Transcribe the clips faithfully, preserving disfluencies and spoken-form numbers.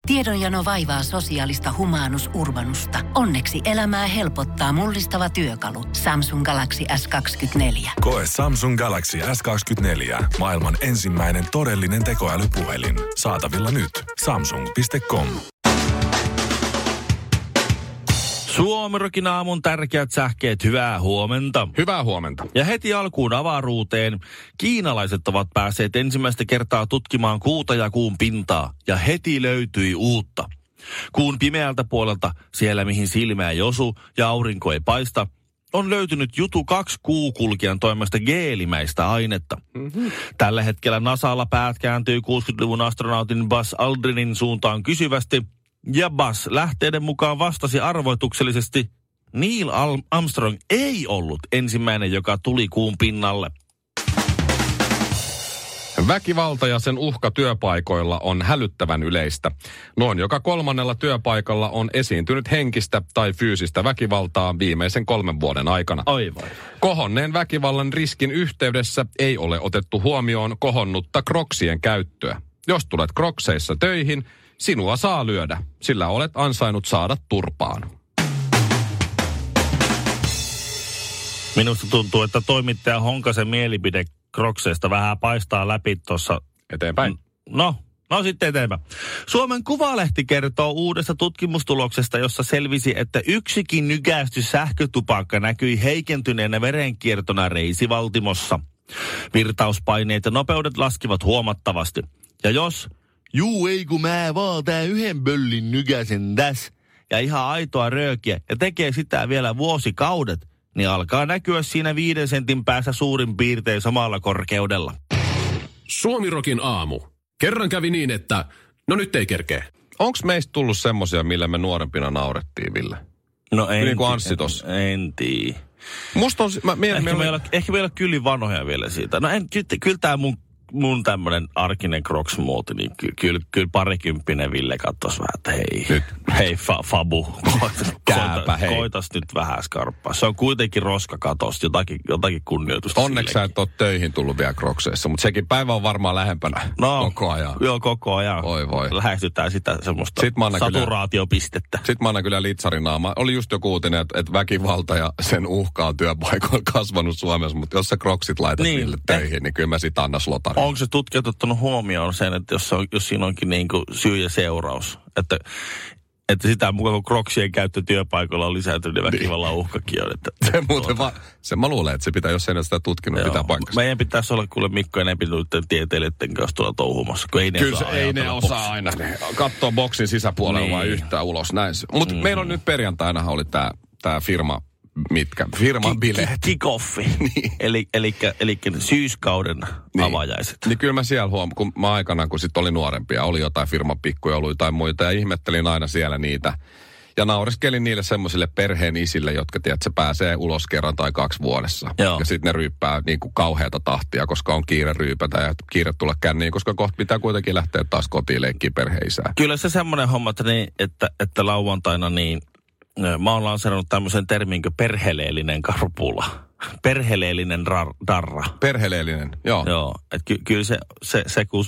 Tiedonjano vaivaa sosiaalista humanus urbanusta. Onneksi elämää helpottaa mullistava työkalu. Samsung Galaxy S kaksikymmentäneljä. Koe Samsung Galaxy S kaksikymmentäneljä. Maailman ensimmäinen todellinen tekoälypuhelin. Saatavilla nyt. samsung piste com. Suomirokin aamun tärkeät sähkeet, hyvää huomenta. Hyvää huomenta. Ja heti alkuun avaruuteen. Kiinalaiset ovat päässeet ensimmäistä kertaa tutkimaan kuuta ja kuun pintaa. Ja heti löytyi uutta. Kuun pimeältä puolelta, siellä mihin silmä ei osu ja aurinko ei paista, on löytynyt Jutu kaksi kuukulkijan toimesta geelimäistä ainetta. Mm-hmm. Tällä hetkellä NASAlla päät kääntyy kuusikymmentäluvun astronautin Buzz Aldrinin suuntaan kysyvästi. Ja Buzz lähteiden mukaan vastasi arvoituksellisesti, Neil Armstrong ei ollut ensimmäinen, joka tuli kuun pinnalle. Väkivalta ja sen uhka työpaikoilla on hälyttävän yleistä. Noin joka kolmannella työpaikalla on esiintynyt henkistä tai fyysistä väkivaltaa viimeisen kolmen vuoden aikana. Aivan. Kohonneen väkivallan riskin yhteydessä ei ole otettu huomioon kohonnutta kroksien käyttöä. Jos tulet krokseissa töihin, sinua saa lyödä, sillä olet ansainnut saada turpaan. Minusta tuntuu, että toimittaja Honkasen mielipide krokseista vähän paistaa läpi tuossa. Eteenpäin. No, no sitten eteenpäin. Suomen Kuvalehti kertoo uudesta tutkimustuloksesta, jossa selvisi, että yksikin nykäisty sähkötupakka näkyi heikentyneenä verenkiertona reisivaltimossa. Virtauspaineet ja nopeudet laskivat huomattavasti. Ja jos, juu ei kun mä vaan tää yhden böllin nykäsen tässä, ja ihan aitoa röökiä, ja tekee sitä vielä vuosikaudet, niin alkaa näkyä siinä viiden sentin päässä suurin piirtein samalla korkeudella. Suomirokin aamu. Kerran kävi niin, että no nyt ei kerkeä. Onks meistä tullut semmosia, millä me nuorempina naurettiin, Ville? No en niin kuin Anssi tossa. En, en tii. Musta on... Mä, mie, ehkä, me meillä, ehkä meillä on kyllä vanhoja vielä siitä. No en, kyllä, kyllä tää mun, mun tämmönen arkinen Crocs-muoti, niin ky, kyllä, kyllä parikymppinen Ville kattos vähän, että hei, nyt. hei fa, Fabu, koita, Kääpä, hei. koitas nyt vähän skarppaa. Se on kuitenkin roskakatos, jotakin, jotakin kunnioitusta. Onneksi sä et ole töihin tullut vielä Crocseissa, mutta sekin päivä on varmaan lähempänä no, koko ajan. Joo, koko ajan. Oi voi. Lähestytään sitä semmoista saturaatiopistettä. Sitten mä annan kyllä litsarinaama. Oli just joku uutinen, että, että väkivalta ja sen uhka on työpaikoilla kasvanut Suomessa, mutta jos sä Crocsit laitat niin, niille töihin, eh. niin kyllä mä sit annan slotari. Onko se tutkijat ottanut huomioon sen, että jos, on, jos siinä onkin niin kuin syy ja seuraus, että, että sitä mukaan kun Crocsien käyttö työpaikoilla on lisääntynyt ja väkivallan uhkakin on. Että, se muuten va- se mä luulen, että se pitää, jos ei sitä tutkinut, pitää paikkansa. Meidän pitäisi olla kuule Mikko enempi noiden tieteilijöiden kanssa tuolla touhumassa, kun ei ne kyllä osaa se, ei ne osaa boksin. Aina katsoa boksin sisäpuolella niin. Vai yhtään ulos. Näin. Mutta mm. meillä on nyt perjantaina oli tämä tää firma, mitkä? Firman bileet. Kick-offi. niin. Eli, eli, eli syyskauden niin. avajaiset. Niin kyllä mä siellä huomaan, kun mä aikanaan, kun sit oli nuorempia, oli jotain firman pikkujouluja tai muita, ja ihmettelin aina siellä niitä. Ja naureskelin niille semmoisille perheen isille, jotka tiedät, se pääsee ulos kerran tai kaksi vuodessa. Joo. Ja sitten ne ryyppää niin kuin kauheata tahtia, koska on kiire ryypätä ja kiire tulla känniin, koska kohta pitää kuitenkin lähteä taas kotiin leikkiin perheisää. Kyllä se semmoinen homma, että, niin, että, että lauantaina niin mä oon lanserannut tämmöisen termin kuin perheleellinen karpula. Perheleellinen rar, darra. Perheleellinen, joo. Joo, että ky, kyllä se, se, se kun...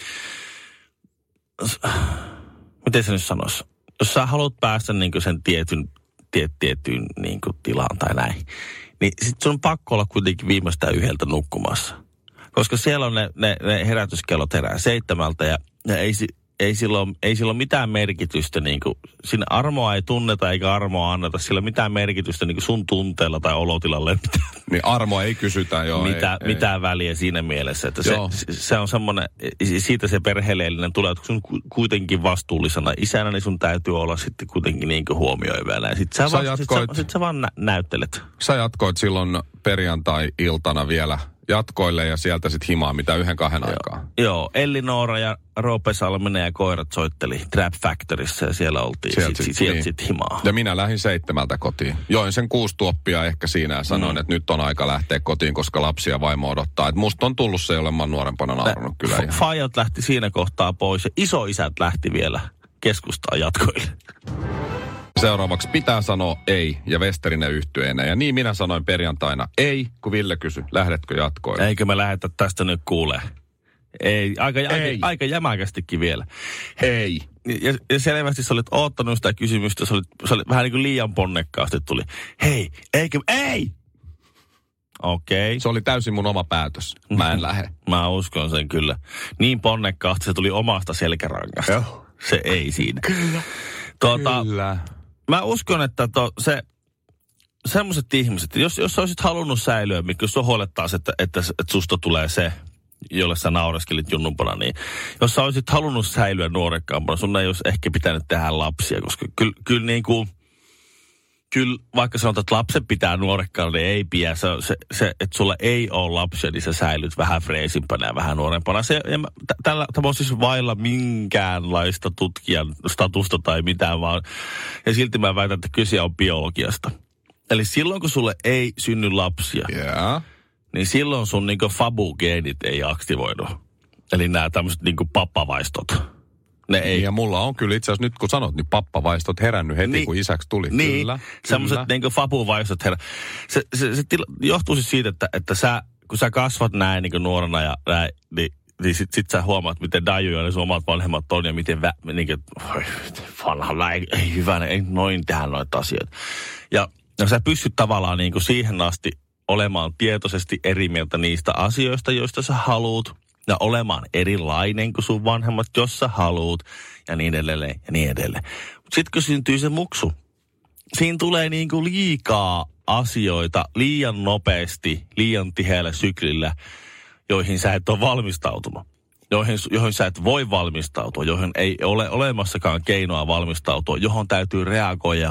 Miten se nyt sanoisi? Jos sä haluat päästä niin kuin sen tietyn, tiet, tietyn niin kuin tilaan tai näin, niin sit sun on pakko olla kuitenkin viimeistään yhdeltä nukkumassa. Koska siellä on ne, ne, ne herätyskellot herää seitsemältä ja, ja ei... Ei silloin, ei silloin mitään merkitystä, niin kuin, siinä armoa ei tunneta eikä armoa anneta, sillä mitään merkitystä niin kuin sun tunteella tai olotilalle. Niin armoa ei kysytä, joo. Mitä, ei, mitään ei. väliä siinä mielessä, että se, se on semmoinen, siitä se perheleellinen tulee, että sun kuitenkin vastuullisena isänä, niin sun täytyy olla sitten kuitenkin niin kuin huomioivana. Ja sit sä, sä, sit sä, sit sä vaan nä- näyttelet. Sä jatkoit silloin perjantai-iltana vielä jatkoille ja sieltä sitten himaa, mitä yhden kahden joo. aikaa. Joo, Elli-Noora ja Roope Salminen ja koirat soitteli Trap Factorissa ja siellä oltiin. Sieltä sitten sit, sit, sit himaa. Ja minä lähdin seitsemältä kotiin. Join sen kuusi tuoppia ehkä siinä ja sanoin, mm. että nyt on aika lähteä kotiin, koska lapsia ja vaimo odottaa. Että musta on tullut se, jolle mä oon nuorempana naurannut kyllä. F- Fajat lähti siinä kohtaa pois ja isoisät lähti vielä keskustaan jatkoille. Seuraavaksi pitää sanoa ei ja Westerinen yhtyeenä. Ja niin minä sanoin perjantaina ei, kun Ville kysyi, lähdetkö jatkoille? Eikö me lähdetä tästä nyt kuulee? Ei, aika, ei. aika, aika jämäkästikin vielä. Ei. ja, ja selvästi sä olit oottanut sitä kysymystä, sä olit, sä olit vähän niin kuin liian ponnekkaasti tuli. Hei, eikö, ei! Okei. Okay. Se oli täysin mun oma päätös. Mä en lähde. Mä uskon sen kyllä. Niin ponnekkaasti se tuli omasta selkärangasta. Joo. Se ei siinä. Kyllä. Tuota, kyllä. Mä uskon, että to, se... Semmoiset ihmiset, jos, jos olisit halunnut säilyä, mikä jos huolettaa, että, että, että susta tulee se, jolle sä naureskelit junnumpana, niin jos sä olisit halunnut säilyä nuorekkaampana, sun ei olisi ehkä pitänyt tehdä lapsia, koska kyllä, kyllä niin kuin, kyllä vaikka sanotaan, että lapsen pitää nuorekkaana, niin ei pidä. Se, se, se, että sulla ei ole lapsia, niin sä säilyt vähän freesimpänä ja vähän nuorempana. Se, ja mä, t- tällä tämä on siis vailla minkäänlaista tutkijan statusta tai mitään vaan. Ja silti mä väitän, että kyse on biologiasta. Eli silloin, kun sulle ei synny lapsia, yeah. niin silloin sun niinku fabu-geenit ei aktivoidu. Eli nämä tämmöiset niinku pappavaistot. Ne ei. Ja mulla on kyllä itse asiassa nyt, kun sanot, niin pappavaistot herännyt heti, niin, kun isäksi tuli. Niin, kyllä, semmoiset niinku fabu-vaistot herännyt. Se, se, se tila, johtuu siis siitä, että, että sä, kun sä kasvat näin niinku nuorena ja näin, niin, niin sit, sit sä huomaat, miten dajuja ne sun omat vanhemmat on ja miten vä, niinku, oi, vanhalla, ei, ei hyvänä, ei noin tehdä noita asioita. Ja No sä pystyt tavallaan niin kuin siihen asti olemaan tietoisesti eri mieltä niistä asioista, joista sä haluut. Ja olemaan erilainen kuin sun vanhemmat, jos sä haluut. Ja niin edelleen ja niin edelleen. Mutta sitten kun syntyy se muksu, siinä tulee niin kuin liikaa asioita liian nopeasti, liian tiheällä syklillä, joihin sä et ole valmistautunut. Joihin, joihin sä et voi valmistautua, joihin ei ole olemassakaan keinoa valmistautua, johon täytyy reagoida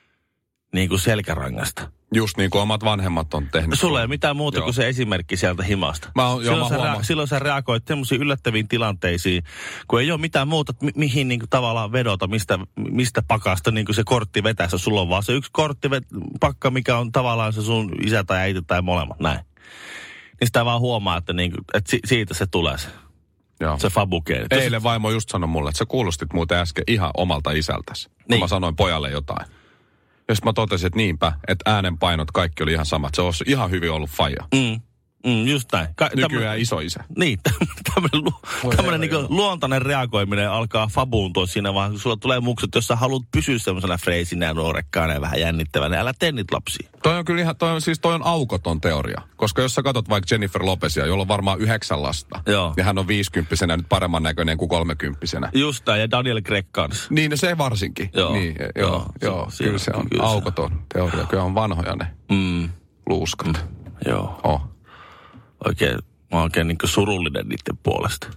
niin kuin selkärangasta. Just niin kuin omat vanhemmat on tehnyt. Sulla ei ole mitään muuta joo. kuin se esimerkki sieltä himasta. Mä oon, silloin, joo, sä mä rea- silloin sä reagoit semmoisiin yllättäviin tilanteisiin, kun ei ole mitään muuta, mi- mihin niin kuin tavallaan vedota, mistä, mistä pakasta niin kuin se kortti vetäessä. Sulla on vaan se yksi korttipakka, mikä on tavallaan se sun isä tai äiti tai molemmat, näin. Niin sitä vaan huomaa, että, niin kuin, että si- siitä se tulee se. Joo. Se fabukeeni. Eilen vaimo just sanoi mulle, että sä kuulostit muuten äsken ihan omalta isältäsi. Niin. Kun mä sanoin pojalle jotain. Ja sitten mä totesin, että niinpä, että äänenpainot kaikki oli ihan samat. Se olisi ihan hyvin ollut faija. Mm. Mm, just näin. Ka- Nykyään tämmönen, isoisä. Niin, tämmöinen lu- tämmönen niinku luontainen reagoiminen alkaa fabuuntua siinä vaan, kun sulla tulee muksut, jos sä haluat pysyä semmoisena freisinä ja nuorekkaana ja vähän jännittävänä, niin älä tee niitä lapsia. Toi on kyllä ihan, toi on, siis toi on aukoton teoria. Koska jos sä katsot vaikka Jennifer Lopezia, jolla on varmaan yhdeksän lasta, joo. ja hän on viisikymppisenä nyt paremman näköinen kuin kolmekymppisenä. Just näin, ja Daniel Craig kanssa. Niin, no se varsinkin. Joo, niin, joo, joo, se, joo se, kyllä se on kyllä aukoton se. Teoria. Kyllä on vanhoja ne mm. luuskat. Mm. Joo. Oh. Oikein, mä oon oikein niin kuin surullinen niiden puolesta.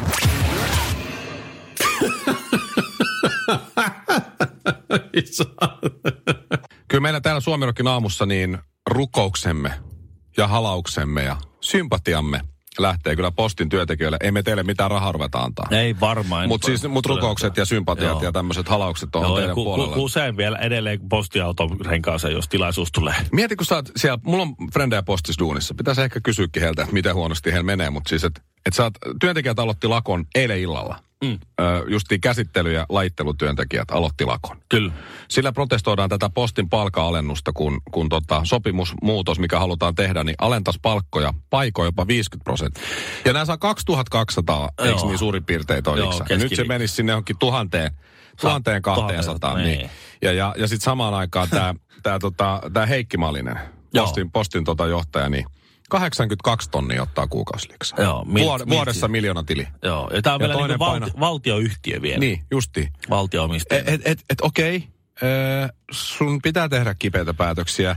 Kyllä meillä täällä Suomirokin aamussa niin rukouksemme ja halauksemme ja sympatiamme lähtee kyllä postin työntekijöille. Ei me teille mitään rahaa ruveta antaa. Ei varmaan. Mutta siis mut rukoukset ja sympatiat joo. ja tämmöiset halaukset on joo, teidän ku, puolella. Ku, usein vielä edelleen postiauton renkaansa, jos tilaisuus tulee. Mieti, kun sä oot siellä, mulla on frendejä postisduunissa. Pitäisi ehkä kysyäkin heiltä, että miten huonosti heillä menee. Mutta siis, että et sä oot, työntekijät aloitti lakon eilen illalla. Mm. Ö, justiin käsittely- ja lajittelutyöntekijät aloitti lakon. Kyllä. Sillä protestoidaan tätä postin palka-alennusta, kun, kun tota sopimusmuutos, mikä halutaan tehdä, niin alentaisi palkkoja paikoin jopa viisikymmentä prosenttia. Ja nämä saa kaksituhattakaksisataa, eikö niin suurin piirtein toi Joo, ja nyt se menisi sinne johonkin tuhanteen, tuhanteen kahteensataan. Niin. Ja, ja, ja sitten samaan aikaan tämä tää, tota, tää Heikki Malinen, postin, postin tota johtaja, niin kahdeksankymmentäkaksi tonnia ottaa kuukausiliksaa. Joo. Mil, Vuod- vuodessa miljoonan tili. Joo. Ja tämä on ja vielä niin valti- paino... valtioyhtiö vielä. Niin, justiin. Valtio-omistaja. Et, et, et, et okei, okay. sun pitää tehdä kipeitä päätöksiä,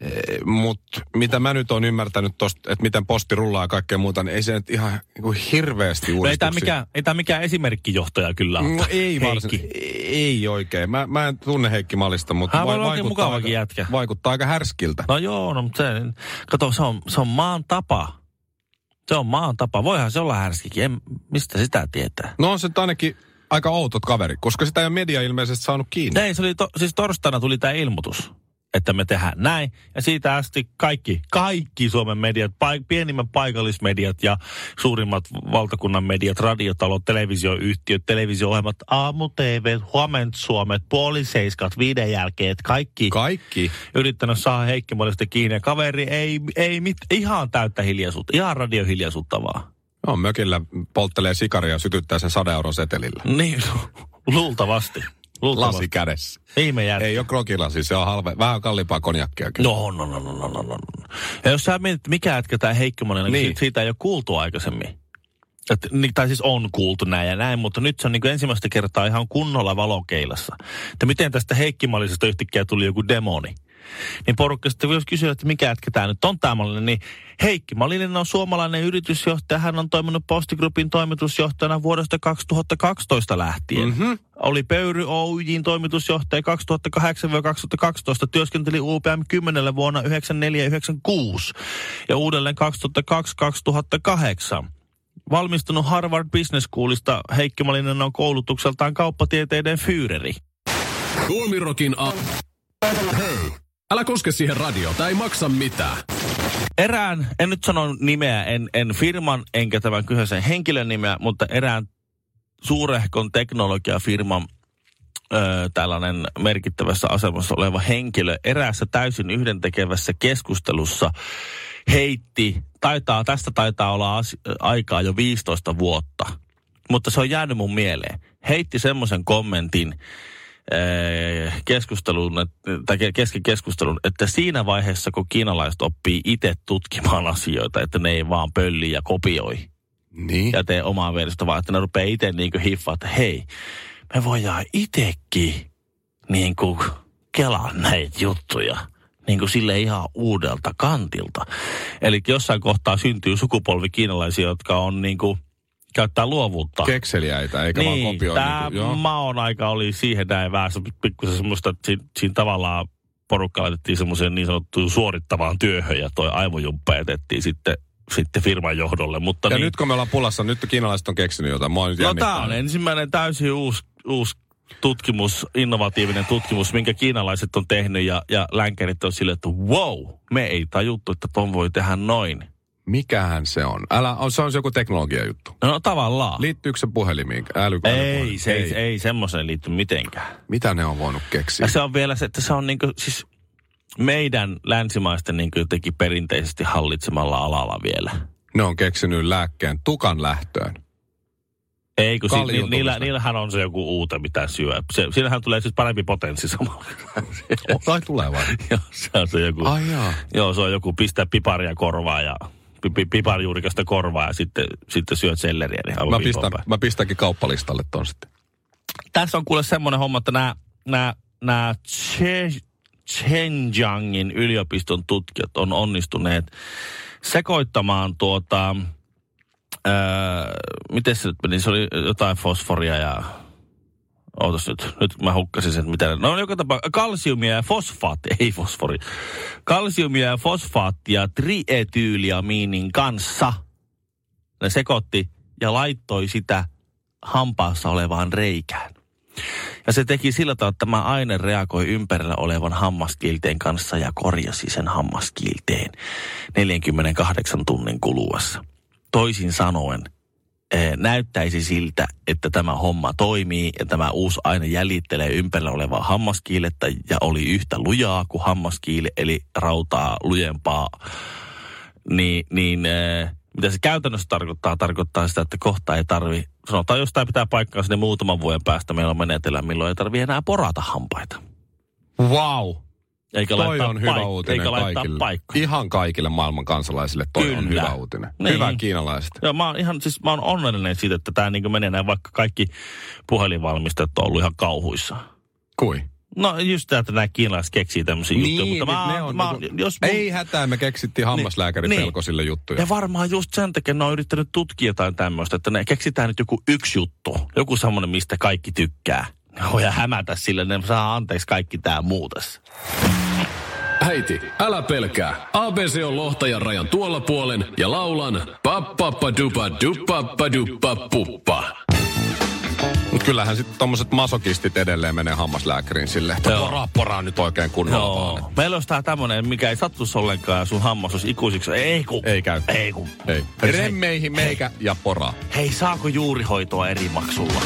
mutta mitä mä nyt oon ymmärtänyt tosta, että miten posti rullaa ja kaikkea muuta, niin ei se nyt ihan niin hirveästi uudistuksia. No ei tämä mikään, ei tämä mikään esimerkkijohtaja kyllä ole. No ei varsin, ei oikein. Mä, mä en tunne Heikki Malista, mutta Hän vai, vaikuttaa, aika, jätkä. vaikuttaa aika härskiltä. No joo, no mutta se, kato, se on, se on maan tapa. Se on maan tapa. Voihan se olla härskikin, en, mistä sitä tietää? No on se ainakin aika outot kaveri, koska sitä ei ole media ilmeisesti saanut kiinni. Ei, se oli, to, siis torstaina tuli tämä ilmoitus, että me tehdään näin. Ja siitä asti kaikki, kaikki Suomen mediat, paik, pienimmät paikallismediat ja suurimmat valtakunnan mediat, radiotalot, televisioyhtiöt, televisio-ohjelmat, aamu-T V, huoment Suomet, puoli seiskat, viiden jälkeen, kaikki. Kaikki. Yrittänyt saada Heikki Malista kiinni. Ja kaveri ei, ei mit, ihan täyttä hiljaisuutta, ihan radiohiljaisuutta vaan. No, mökillä polttelee sikaria ja sytyttää sen sadan euron setelillä. Niin, Luultavasti. Luultavasti. Lasi kädessä. Ihme jätkä. Ei ole krokilasi, se on halve, vähän kalliimpaa konjakkiakin. No, no, no, no, no, no, no. Ja jos sä mietit, mikä jätkä tää Heikkimainen, niin, niin siitä, siitä ei ole kuultu aikaisemmin. Et, tai siis on kuultu näin ja näin, mutta nyt se on niin kuin ensimmäistä kertaa ihan kunnolla valokeilassa. Että miten tästä Heikkimalisesta yhtäkkiä tuli joku demoni. Niin porukka sitten jos kysyä, että mikä jätkä tämä nyt on tämä Malinen, niin Heikki Malinen on suomalainen yritysjohtaja. Hän on toiminut Posti Groupin toimitusjohtajana vuodesta kaksituhattakaksitoista lähtien. Mm-hmm. Oli Pöyry Oyj:n toimitusjohtaja kaksituhattakahdeksan kaksituhattakaksitoista. Työskenteli U P M kymmenen vuonna yhdeksänkymmentäneljä yhdeksänkymmentäkuusi ja uudelleen kaksituhattakaksi kaksituhattakahdeksan. Valmistunut Harvard Business Schoolista, Heikki Malinen on koulutukseltaan kauppatieteiden fyyreri. Suomirokin a... Hei, älä koske siihen radioon, tää ei maksa mitään. Erään, en nyt sano nimeä, en, en firman enkä tämän kyseisen henkilön nimeä, mutta erään suurehkon teknologiafirman ö, tällainen merkittävässä asemassa oleva henkilö eräässä täysin yhdentekevässä keskustelussa heitti, taitaa, tästä taitaa olla as, aikaa jo viisitoista vuotta, mutta se on jäänyt mun mieleen. Heitti semmoisen kommentin äh, keskustelun, tai kesken keskustelun, että siinä vaiheessa, kun kiinalaiset oppii itse tutkimaan asioita, että ne ei vaan pölli ja kopioi niin. ja tee omaa versiota, vaan että ne rupeaa itse niin kuin hiffaa, että hei, me voidaan itsekin niin kuin kelaa näitä juttuja. Niin kuin sille ihan uudelta kantilta. Eli jossain kohtaa syntyy sukupolvi kiinalaisia, jotka on niin kuin, käyttää luovuutta. Kekseliäitä, eikä niin, vaan kopioi. Tämä niin maon aika oli siihen näin vähän pikkusen semmoista, että siinä, siinä tavallaan porukka laitettiin semmoiseen niin sanottuun suorittavaan työhön ja toi aivojumppa jätettiin sitten, sitten firman johdolle. Mutta ja niin, nyt kun me ollaan pulassa, nyt kiinalaiset on keksinyt jotain. Mä oon nyt no tämä on ensimmäinen täysin uusi, uusi tutkimus, innovatiivinen tutkimus, minkä kiinalaiset on tehnyt ja, ja länkärit on sille, että wow, me ei tajuttu, että ton voi tehdä noin. Mikähän se on? Älä, on, se on joku teknologiajuttu. No, no tavallaan. Liittyykö se puhelimiin? Äly, ei, se ei, ei semmoiseen liitty mitenkään. Mitä ne on voinut keksiä? Ja se on vielä se, että se on niinku siis meidän länsimaisten niinku jotenkin perinteisesti hallitsemalla alalla vielä. Ne on keksinyt lääkkeen tukan lähtöön. Ei, kun si- ni- niillä, niillähän on se joku uute, mitä syö. Se, siinähän tulee siis parempi potenssi samalla. Tai tulee vai? Joo, se on se joku. Ai jaa. Joo, se on joku pistää piparia korvaa ja pi- piparjuurikasta korvaa ja sitten, sitten syöt selleriä. Niin mä, pistän, mä pistänkin kauppalistalle ton sitten. Tässä on kuule semmoinen homma, että nämä, nämä, nämä Zhejiangin yliopiston tutkijat on onnistuneet sekoittamaan tuota... Öö, miten se nyt meni? Se oli jotain fosforia ja... Ootas nyt. Nyt mä hukkasin sen, mitä... No joka tapa kalsiumia ja fosfaattia, ei fosfori. Kalsiumia ja fosfaattia trietyyliamiinin kanssa. Ne sekoitti ja laittoi sitä hampaassa olevaan reikään. Ja se teki sillä tavalla, että tämä aine reagoi ympärillä olevan hammaskiilteen kanssa ja korjasi sen hammaskiilteen neljänkymmenenkahdeksan tunnin kuluessa. Toisin sanoen, näyttäisi siltä, että tämä homma toimii ja tämä uusi aine jäljittelee ympärillä olevaa hammaskiilettä ja oli yhtä lujaa kuin hammaskiili, eli rautaa lujempaa. Niin, niin mitä se käytännössä tarkoittaa? Tarkoittaa sitä, että kohta ei tarvi, sanotaan jos tämä pitää paikkaa sinne muutaman vuoden päästä, meillä on menetellä, milloin ei tarvi enää porata hampaita. Wow. Eikä toi laittaa on hyvä paik- uutinen eikä kaikille. Paikkoja. Ihan kaikille maailman kansalaisille toi Kyllä. on hyvä uutinen. Niin. Hyvä kiinalaiset. Joo, mä oon ihan siis mä oon onnellinen siitä, että tää niinku menee näin, vaikka kaikki puhelinvalmistajat on ollut ihan kauhuissa. Kui? No just tämä, että nämä kiinalaiset keksii tämmöisiä niin, juttuja, mutta mä, ne on, mä, niin, jos mun... Ei hätää, me keksittiin hammaslääkärin niin, pelkosille juttuja. Ja varmaan just sen takia ne on yrittänyt tutkia jotain tämmöistä, että ne keksitään nyt joku yksi juttu, joku semmoinen, mistä kaikki tykkää. Ne voi hämätä sille, ne saa anteeksi kaikki tää muutas. Äiti, älä pelkää. A B C on lohtajan rajan tuolla puolen ja laulan pappappadupadupappadupapuppa. Mut kyllähän sitten tommoset masokistit edelleen menee hammaslääkäriin sille, että poraa, poraa nyt oikein kunnolla vaan. Meillä olisi tää tämmönen, mikä ei sattuisi ollenkaan ja sun hammas olisi ikuisiksi. Ei ku. Ei käy. Ei ku. Ei. Remmeihin meikä ja poraa. Hei, saako juurihoitoa eri maksulla?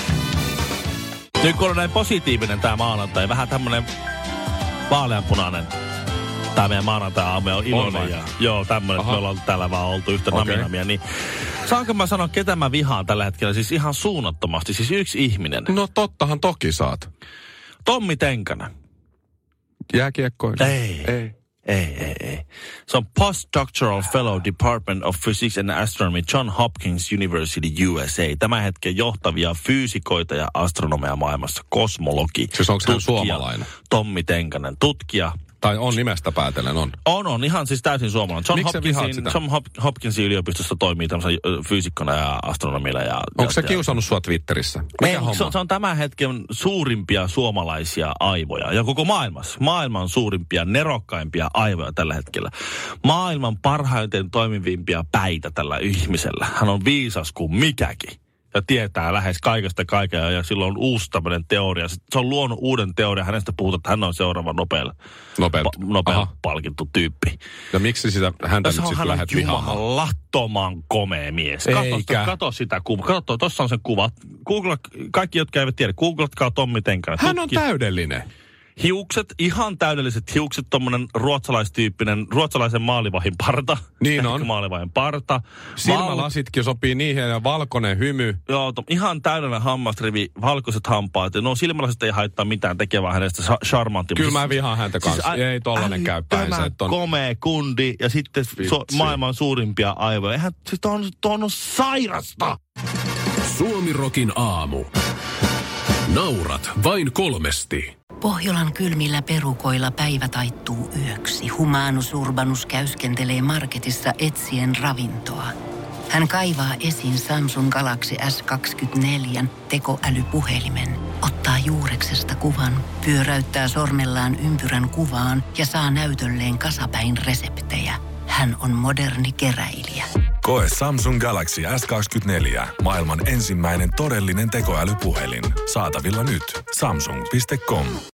Nyt kun on näin positiivinen tää maanantai, vähän tämmönen vaaleanpunainen Tää meidän maanantai-aamu on iloinen. Ja, joo, tämmönen, että me ollaan täällä vaan oltu yhtä Okay. naminamia. Niin, saanko mä sanoa, ketä mä vihaan tällä hetkellä? Siis ihan suunnattomasti. Siis yksi ihminen. No tottahan toki saat. Tommi Tenkanen. Jääkiekkoilija. Ei. Ei. Ei, ei, ei. Se on Postdoctoral Fellow Department of Physics and Astronomy John Hopkins University U S A. Tämän hetken johtavia fyysikoita ja astronomeja maailmassa. Kosmologi. Siis onko hän tutkija, suomalainen? Tommi Tenkanen. Tutkija. Tai on nimestä päätellen, on. On, on. Ihan siis täysin suomalainen. John, Miksi sä vihaat Hopkinsin, sitä? John Hop- Hopkinsin yliopistossa toimii tämmöisen fyysikkona ja astronomilla. Ja, Onko se ja, kiusannut sua Twitterissä? Mikä ei, homma? se, on, se on tämän hetken suurimpia suomalaisia aivoja. Ja koko maailmassa. Maailman suurimpia, nerokkaimpia aivoja tällä hetkellä. Maailman parhaiten toimivimpia päitä tällä ihmisellä. Hän on viisas kuin mikäkin. Ja tietää lähes kaikesta kaikkea. Ja sillä on uusi tämmöinen teoria. Se on luonut uuden teorian. Hänestä puhutaan, että hän on seuraava Nobel, Nobel. pa- Nobel-palkittu tyyppi. Ja miksi sitä häntä Se nyt on sitten hän lähdet vihaamaan? jumalattoman komea mies. Eikä. Kato, kato sitä kuvaa. Kato, tuossa on se kuva. Google, kaikki, jotka eivät tiedä, googlatkaa Tommi Tenkanen. Hän on Tutki- täydellinen. Hiukset, ihan täydelliset hiukset, tommonen ruotsalaistyyppinen, ruotsalaisen maalivahin parta. Niin Ehkä on. maalivahin parta. Silmälasitkin sopii niihin ja valkoinen hymy. Joo, to, ihan täydellinen hammasrivi, valkoiset hampaat. No silmälasit ei haittaa mitään, tekee vaan hänestä sa- charmantti. Kyllä mä vihaan häntä kanssa. Siis, ei tollanen käy päinsä. Tämä Että on... komea kundi ja sitten so, maailman suurimpia aivoja. Eihän, siis on, on sairasta. Suomirokin aamu. Naurat vain kolmesti. Pohjolan kylmillä perukoilla päivä taittuu yöksi. Humanus Urbanus käyskentelee marketissa etsien ravintoa. Hän kaivaa esiin Samsung Galaxy S kaksikymmentäneljä tekoälypuhelimen, ottaa juureksesta kuvan, pyöräyttää sormellaan ympyrän kuvaan ja saa näytölleen kasapäin reseptejä. Hän on moderni keräilijä. Koe Samsung Galaxy S kaksikymmentäneljä. Maailman ensimmäinen todellinen tekoälypuhelin. Saatavilla nyt. Samsung piste com.